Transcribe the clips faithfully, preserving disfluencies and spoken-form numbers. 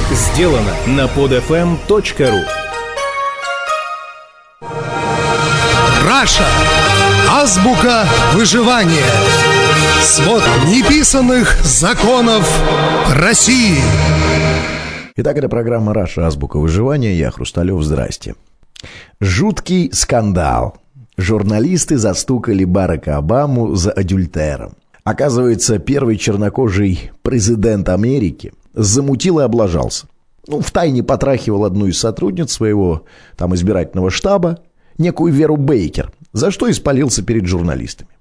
Сделано на подфм точка ру. Раша. Азбука выживания. Свод неписанных законов России. Итак, это программа «Раша. Азбука выживания». Я Хрусталев. Здрасте. Жуткий скандал. Журналисты застукали Барака Обаму за адюльтером. Оказывается, первый чернокожий президент Америки замутил и облажался. Ну, втайне потрахивал одну из сотрудниц своего там избирательного штаба, некую Веру Бейкер, за что испалился перед журналистами.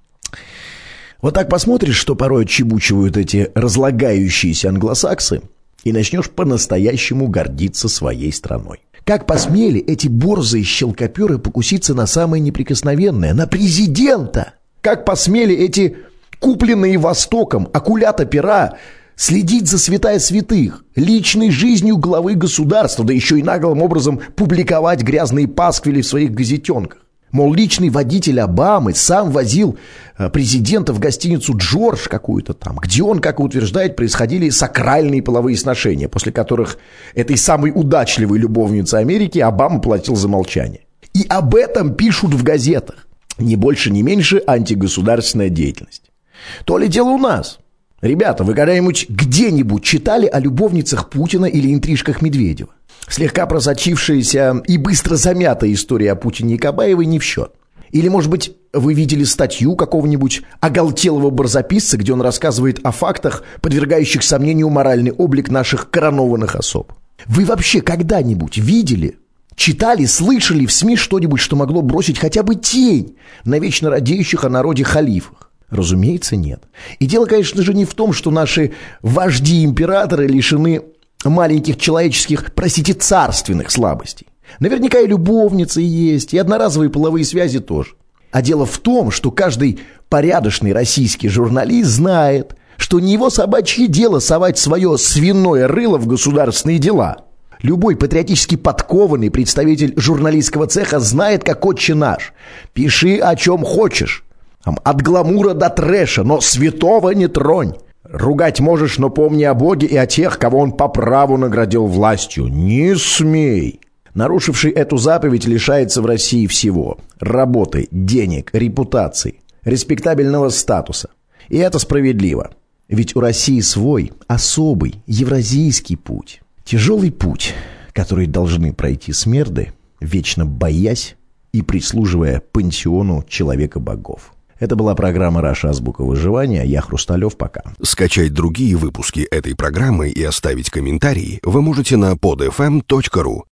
Вот так посмотришь, что порой отчебучивают эти разлагающиеся англосаксы, и начнешь по-настоящему гордиться своей страной. Как посмели эти борзые щелкоперы покуситься на самое неприкосновенное, на президента? Как посмели эти купленные Востоком акулята-пера следить за святая святых, личной жизнью главы государства, да еще и наглым образом публиковать грязные пасквили в своих газетенках? Мол, личный водитель Обамы сам возил президента в гостиницу «Джордж» какую-то там, где он, как утверждает, происходили сакральные половые сношения, после которых этой самой удачливой любовнице Америки Обама платил за молчание. И об этом пишут в газетах. Ни больше, ни меньше антигосударственная деятельность. То ли дело у нас. Ребята, вы когда-нибудь где-нибудь читали о любовницах Путина или интрижках Медведева? Слегка просочившаяся и быстро замятая история о Путине и Кабаевой не в счет. Или, может быть, вы видели статью какого-нибудь оголтелого барзаписца, где он рассказывает о фактах, подвергающих сомнению моральный облик наших коронованных особ? Вы вообще когда-нибудь видели, читали, слышали в СМИ что-нибудь, что могло бросить хотя бы тень на вечно радеющих о народе халифах? Разумеется, нет. И дело, конечно же, не в том, что наши вожди-императоры лишены маленьких человеческих, простите, царственных слабостей. Наверняка и любовницы есть, и одноразовые половые связи тоже. А дело в том, что каждый порядочный российский журналист знает, что не его собачье дело совать свое свиное рыло в государственные дела. Любой патриотически подкованный представитель журналистского цеха знает, как отче наш: пиши о чем хочешь. От гламура до трэша, но святого не тронь. Ругать можешь, но помни о Боге и о тех, кого он по праву наградил властью. Не смей. Нарушивший эту заповедь лишается в России всего: работы, денег, репутации, респектабельного статуса. И это справедливо. Ведь у России свой, особый, евразийский путь. Тяжелый путь, который должны пройти смерды, вечно боясь и прислуживая пансиону человека-богов. Это была программа «Раша. Азбука выживания». Я Хрусталев. Пока. Скачать другие выпуски этой программы и оставить комментарии вы можете на подфм точка ру.